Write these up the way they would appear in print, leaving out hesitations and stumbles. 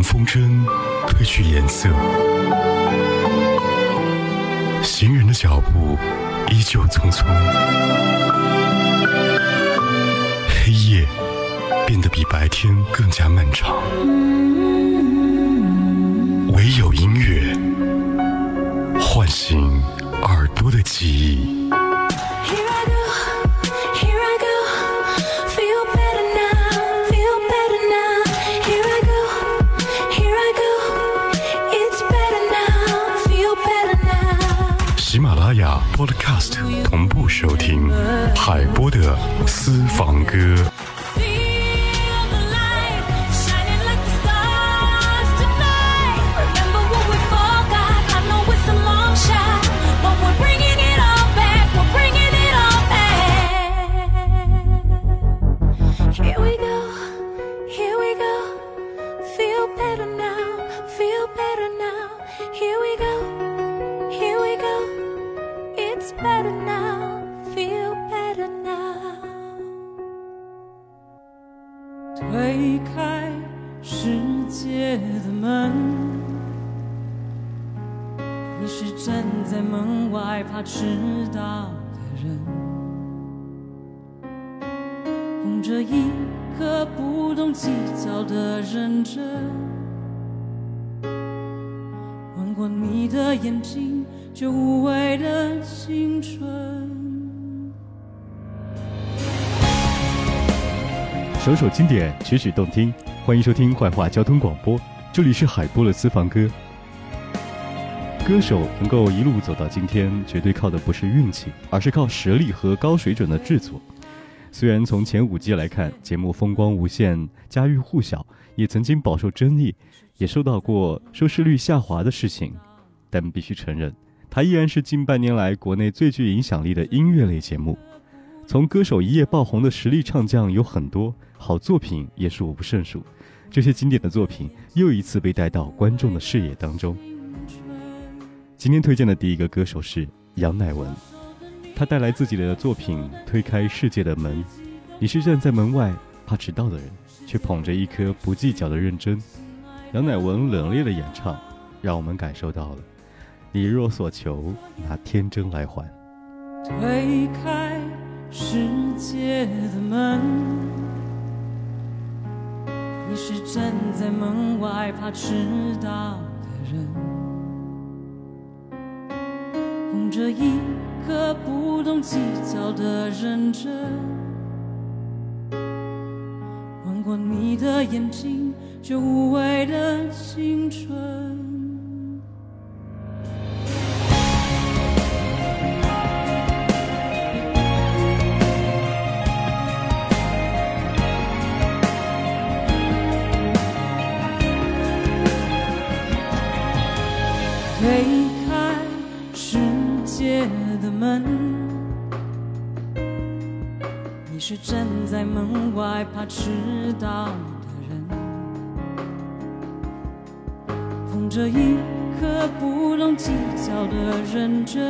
风筝褪去颜色，行人的脚步依旧匆匆，黑夜变得比白天更加漫长，唯有音乐唤醒耳朵的记忆。喜马拉雅 Podcast 同步收听海波的私房歌。 推开世界的门，你是站在门外怕迟到的人，捧着一颗不懂计较的认真，吻过你的眼睛，就无畏的青春。 首首经典，曲曲动听，欢迎收听坏话交通广播，这里是海波的私房歌。歌手能够一路走到今天，绝对靠的不是运气，而是靠实力和高水准的制作。虽然从前5季来看，节目风光无限，家喻户晓，也曾经饱受争议，也受到过收视率下滑的事情，但必须承认，它依然是近半年来国内最具影响力的音乐类节目。从歌手一夜爆红的实力唱将有很多，好作品也数不胜数。这些经典的作品又一次被带到观众的视野当中。今天推荐的第一个歌手是杨乃文，他带来自己的作品《推开世界的门》。你是站在门外怕迟到的人，却捧着一颗不计较的认真。杨乃文冷冽的演唱，让我们感受到了你若所求，拿天真来还。 推开世界的门，你是站在门外怕迟到的人，捧着一颗不懂计较的认真，吻过你的眼睛，就无畏的青春。推开世界的门，你是站在门外怕迟到的人，捧着一颗不懂计较的认真，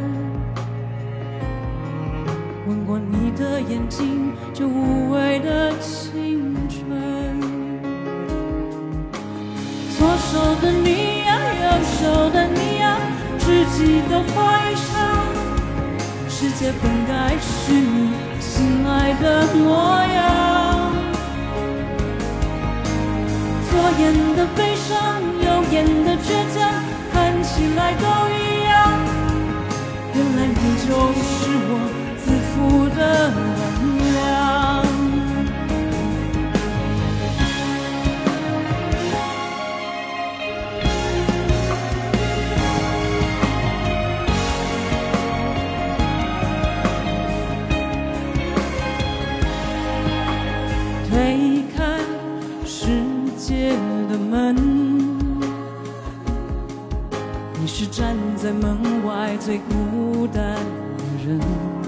吻过你的眼睛，就无畏的青春。左手的你呀，右手的你呀，知己的怀上，世界本该是你心爱的模样。左眼的悲伤，右眼的倔强，看起来都一样，原来你就是我自负的温良。推开世界的门，你是站在门外最孤单的人，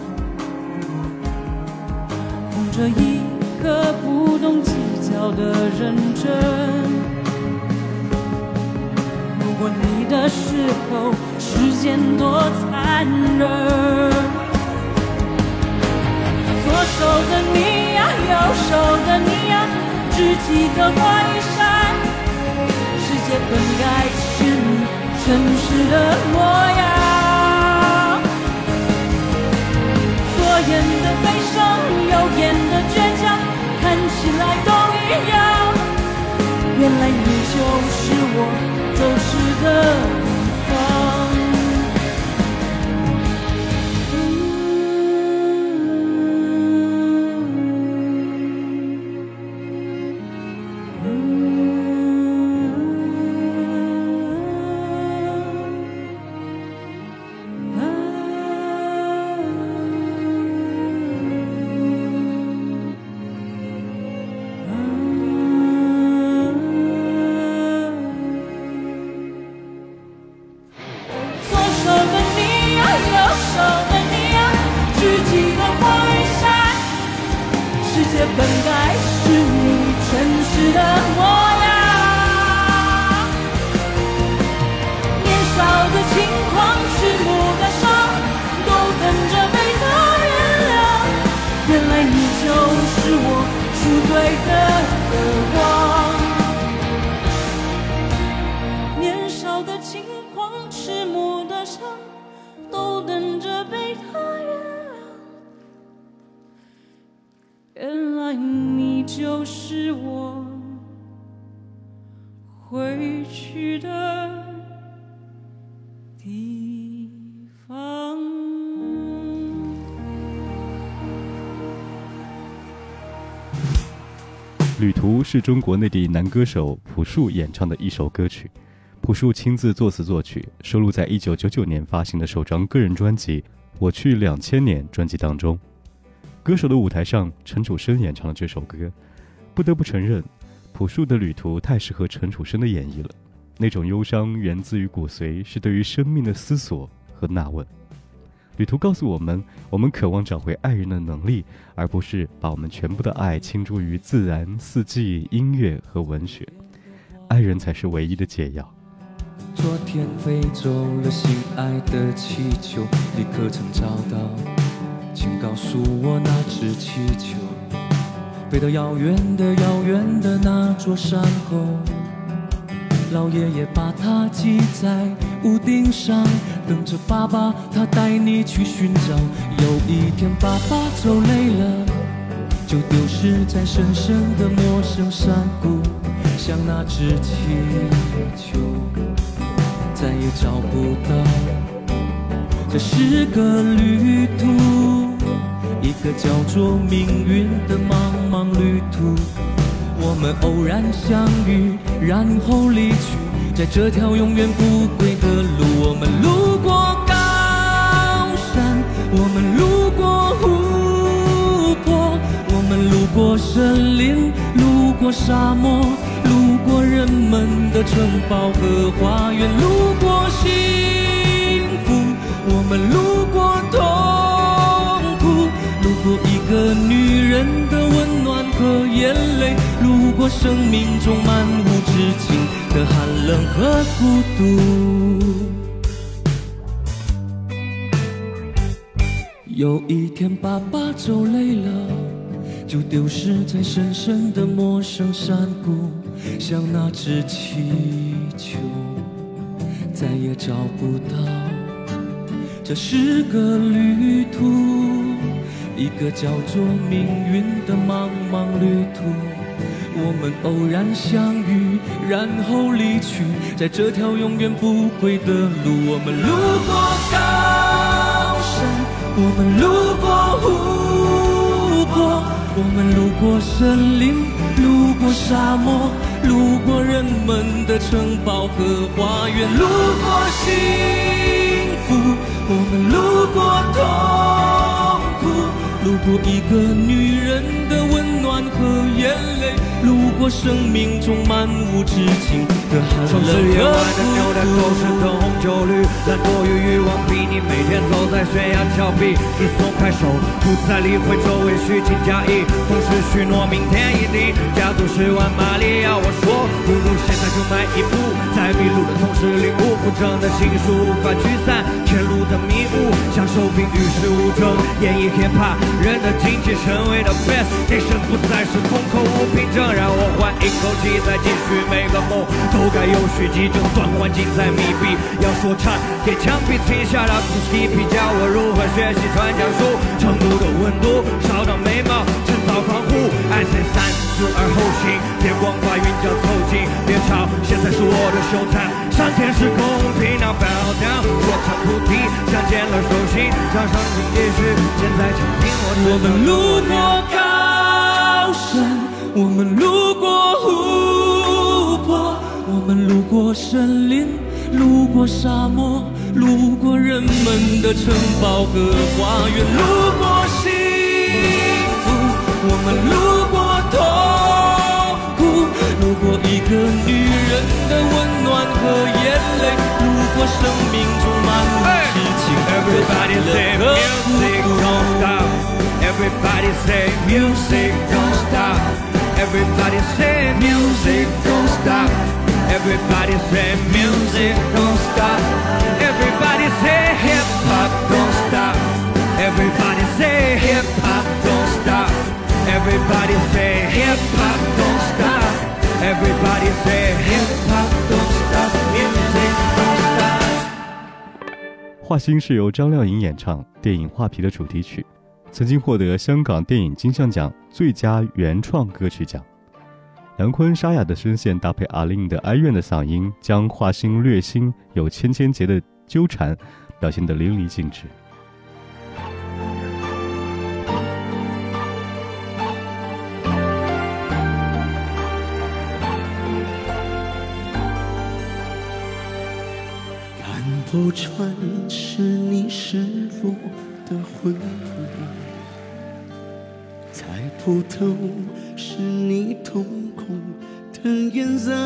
捧着一颗不懂计较的认真，路过你的时候，时间多残忍。左手的你呀，右手的你呀，知己的怀山， 诚实的模样。左眼的悲伤，右眼的倔强，看起来都一样。原来你就是我走失的地方。世界本该是你诚实的模样。年少的轻狂，迟暮的伤，都等着被他原谅。原来你就是我赎罪的渴望。年少的轻狂，迟暮的伤，都等着被他原谅。原来你就是我回去的地方。 旅途是中国内地男歌手朴树演唱的一首歌曲，朴树亲自作词作曲，收录在1999年发行的首张个人专辑《我去2000年》专辑当中。歌手的舞台上，陈楚生演唱了这首歌。不得不承认，朴树的旅途太适合陈楚生的演绎了。那种忧伤源自于骨髓，是对于生命的思索和纳问。旅途告诉我们，我们渴望找回爱人的能力，而不是把我们全部的爱倾注于自然、四季、音乐和文学。爱人才是唯一的解药。 昨天飞走了心爱的气球，你可曾找到？请告诉我那只气球飞到遥远的那座山后，老爷爷把它系在屋顶上，等着爸爸他带你去寻找。有一天爸爸走累了，就丢失在深深的陌生山谷，像那只气球再也找不到。这是个旅途，一个叫做命运的茫茫旅途。我们偶然相遇，然后离去，在这条永远不归的路。我们路过高山，我们路过湖泊，我们路过森林，路过沙漠，路过人们的城堡和花园，路过幸福，我们路过痛苦，路过一个女人的温暖和眼泪，路过生命中漫无止境的寒冷和孤独。有一天爸爸走累了，就丢失在深深的陌生山谷，像那只气球再也找不到。这是个旅途，一个叫做命运的茫茫旅途。我们偶然相遇，然后离去，在这条永远不归的路。我们路过高山，我们路过湖泊，我们路过森林，路过沙漠，路过人们的城堡和花园，路过幸福，我们路过痛苦，路过一个女人的温暖和眼泪，路过生命中漫无止境的寒冷和孤独。 城市夜晚的纽带都是灯红酒绿，懒惰与欲望逼你每天走在悬崖峭壁。你松开手，不再理会周围虚情假意，同时许诺明天一定加速10万马力。要我说，不如现在就迈一步，在迷路的同时领悟，不争的心术无法驱散前路的迷雾，享受并与世无争，演绎 hiphop 人的境界，身为的 best， 人生不再是空口无凭证，让我换一口气再继续，每个梦都该有续集，就算环境再密闭，要说唱给墙壁停下了不 skippy， 教我如何学习传讲术，程度的温度烧到眉毛，制造防护，爱谁三思而后行，别光挂云脚凑近，别吵，现在是我的秀场，上天是公平 ，Now bow down， 说唱菩提，相见了手心，让上天继续，现在请听我们路过高山，我们路过湖泊，我们路过森林，路过沙漠，路过人们的城堡和花园，路过幸福，我们路过痛苦，路过一个女人的温暖和眼泪，路过生命中满目痴情的泪和孤独。Everybody say music don't stop. Everybody say music don't stop. Everybody say music don't stop. Everybody say hip hop don't stop. Everybody say hip hop don't stop. Everybody say hip hop don't stop. Everybody say hip hop don't stop. Music don't stop. 画心是由张靓颖演唱，电影《画皮》的主题曲，曾经获得香港电影金像奖最佳原创歌曲奖。杨坤沙哑的声线搭配阿令的哀怨的嗓音，将画心略心有千千结的纠缠表现得淋漓尽致。 看不穿是你失落的魂魄，猜不透是你瞳孔的颜色，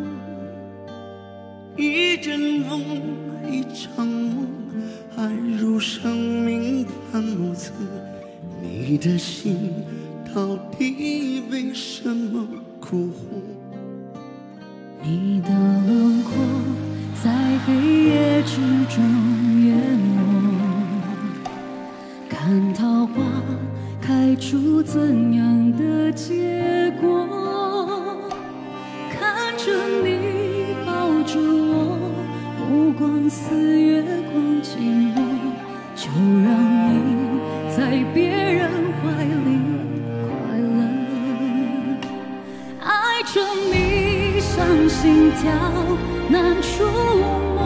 一阵风，一场梦，爱如生命般莫测，你的心到底为什么哭红？ 你的轮廓在黑夜之中淹没，看桃花开出怎样的结果？看着你抱着我，目光似月光寂寞，就让你在别人怀里快乐。爱着你像心跳难触摸，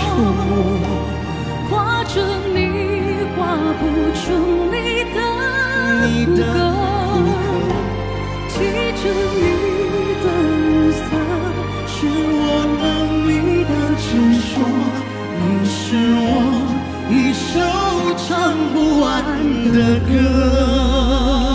画着你画不出你的骨骼，提着你的日色，是我等你的执着，你是我一首唱不完的歌。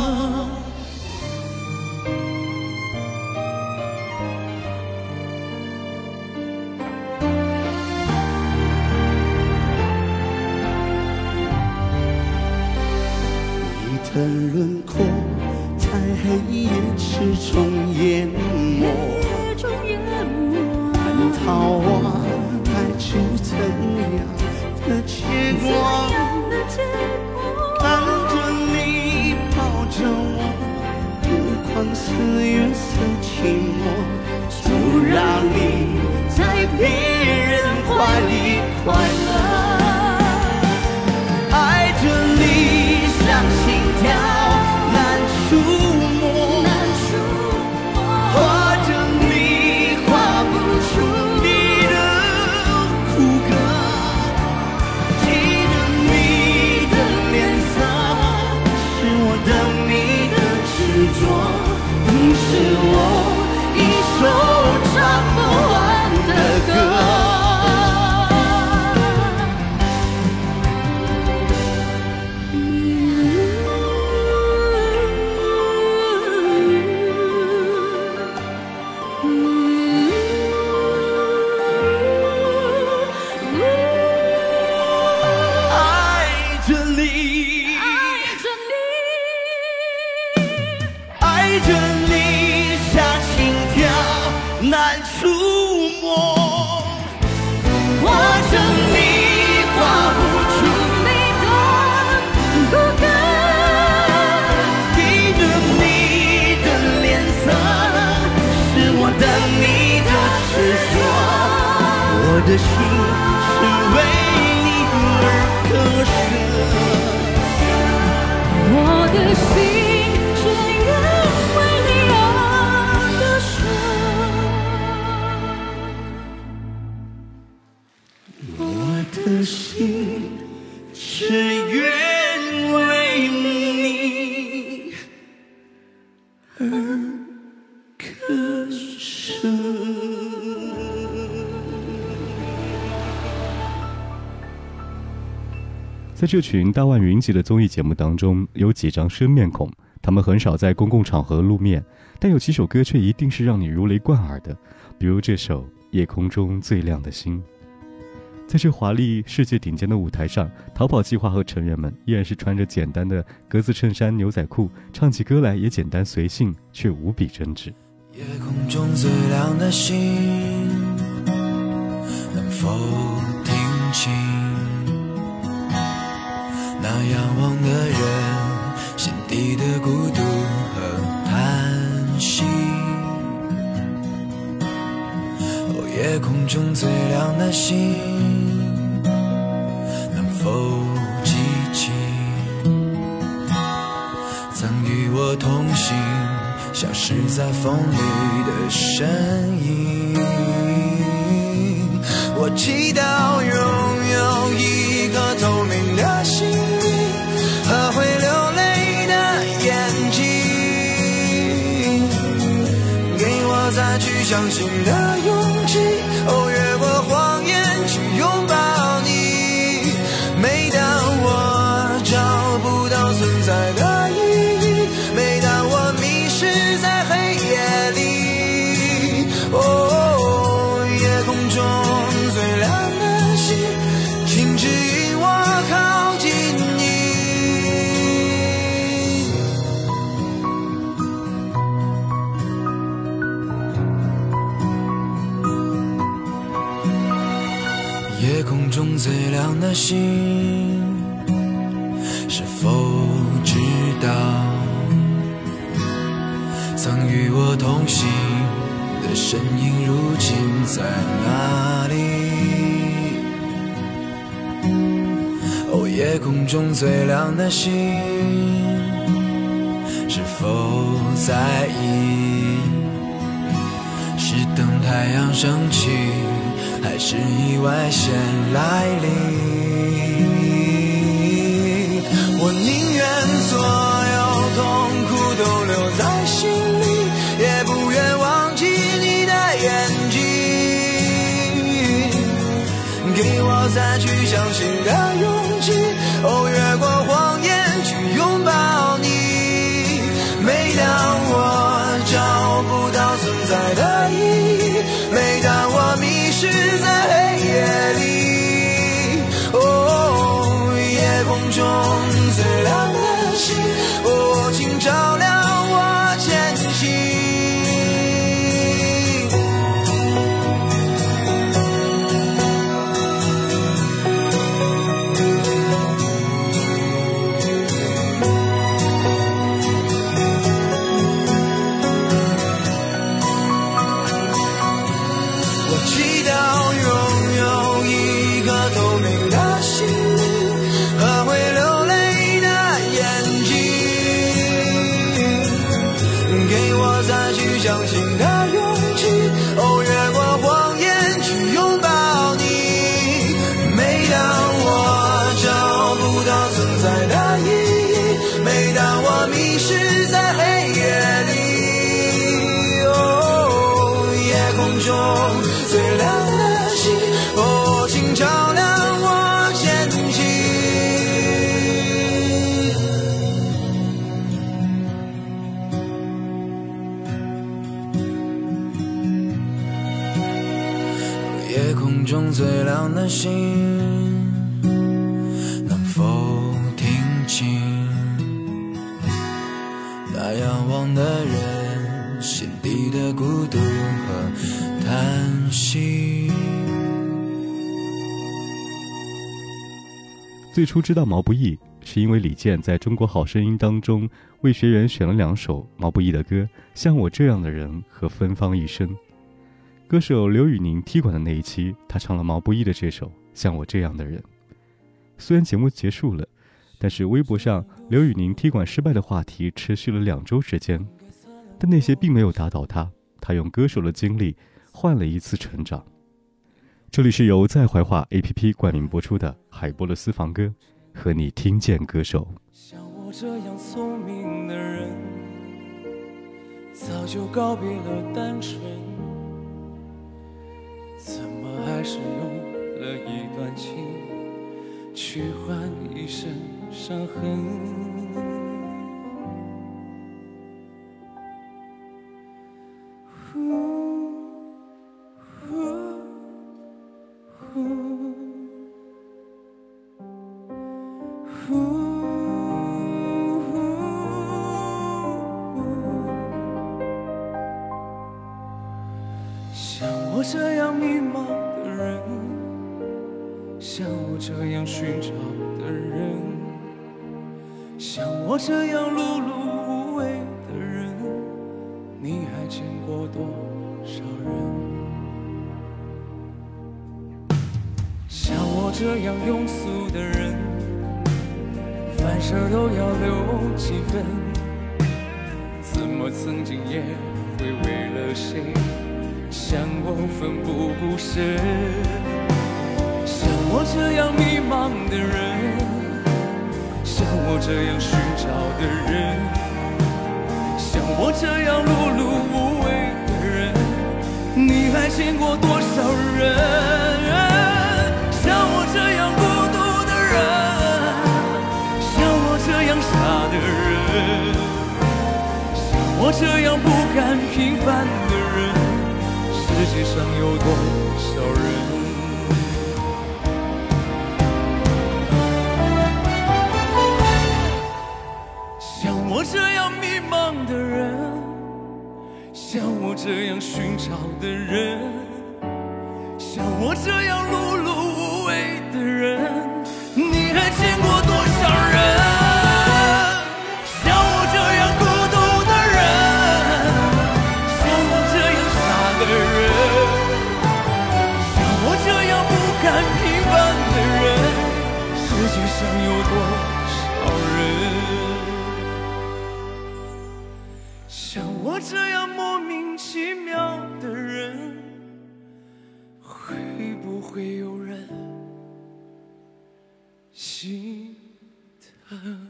的轮廓在黑夜之中淹没，看桃花开出怎样的结果？看着你抱着我，目光似月色寂寞，就让你在别人怀里快乐。爱着你像心跳难触摸，画着你画不出你的骨骼，记得你的脸色，是我等你的执着，你是我一首唱不完的歌。 难触摸，化成你画不出你的骨骼， 记得你的脸色，是我等你的执着，我的心是为你而割舍， 我的心是愿为你而割舍， 我的心是愿为你而割舍。 在这群大腕云集的综艺节目当中，有几张生面孔，他们很少在公共场合露面，但有几首歌却一定是让你如雷贯耳的，比如这首《夜空中最亮的星》。在这华丽世界顶尖的舞台上，逃跑计划和成员们依然是穿着简单的格子衬衫牛仔裤，唱起歌来也简单随性，却无比真挚。 夜空中最亮的星，能否听清那仰望的人心底的孤独和叹息？哦，夜空中最亮的星，能否记起曾与我同行消失在风里的身影？我祈祷拥有一颗透明的心灵和会流泪的眼睛，给我再去相信的勇气，哦，越过谎言去拥抱你。每当我找不到存在的意义，每当我迷失在黑夜里，哦，夜空中最亮的星，请指引我靠近你。夜空中最亮的星，是否知道曾与我同行的身影如今在哪里？哦，夜空中最亮的星，是否在意？是等太阳升起，还是意外先来临？我宁愿所有痛苦都留在心里，也不愿忘记你的眼睛，给我再去相信的勇气，哦，越过谎言去拥抱你。每当我找不到存在的意义，每当我迷失在黑夜里，哦，夜空中最亮的星，哦，请照亮我前行。相信的勇气，哦，越过谎言去拥抱你。每当我找不到存在的意义，每当我迷失在黑夜里，哦，夜空中最亮的星，哦，请照亮我前行。夜空中最亮的星，能否听清那仰望的人心底的孤独和叹息。 最初知道毛不易，是因为李健在中国好声音当中为学员选了2首毛不易的歌，《像我这样的人》和《芬芳一生》。歌手刘宇宁踢馆的那一期，他唱了毛不易的这首《像我这样的人》。虽然节目结束了，但是微博上刘宇宁踢馆失败的话题持续了2周时间，但那些并没有打倒他，他用歌手的经历换了一次成长。这里是由在怀化 APP 冠名播出的海波的私房歌，和你听见歌手。 像我这样聪明的人，早就告别了单纯，怎么还是用了一段情去换一身伤痕？像我这样迷茫的人，像我这样寻找的人，像我这样碌碌无为的人，你还见过多少人？像我这样庸俗的人，凡事都要留几分，怎么曾经也会为了谁向我奋不顾身？像我这样迷茫的人，像我这样寻找的人，像我这样碌碌无为的人，你还见过多少人？像我这样孤独的人，像我这样傻的人，像我这样不甘平凡的人，世界上有多少人？像我这样迷茫的人，像我这样寻找的人，像我这样碌碌无为的人，你还见过多少人？像我这样孤独的人，像我这样傻的人，像我这样不甘平凡的人，世界上有多少人？像我这样莫名其妙的人，会不会有人心疼？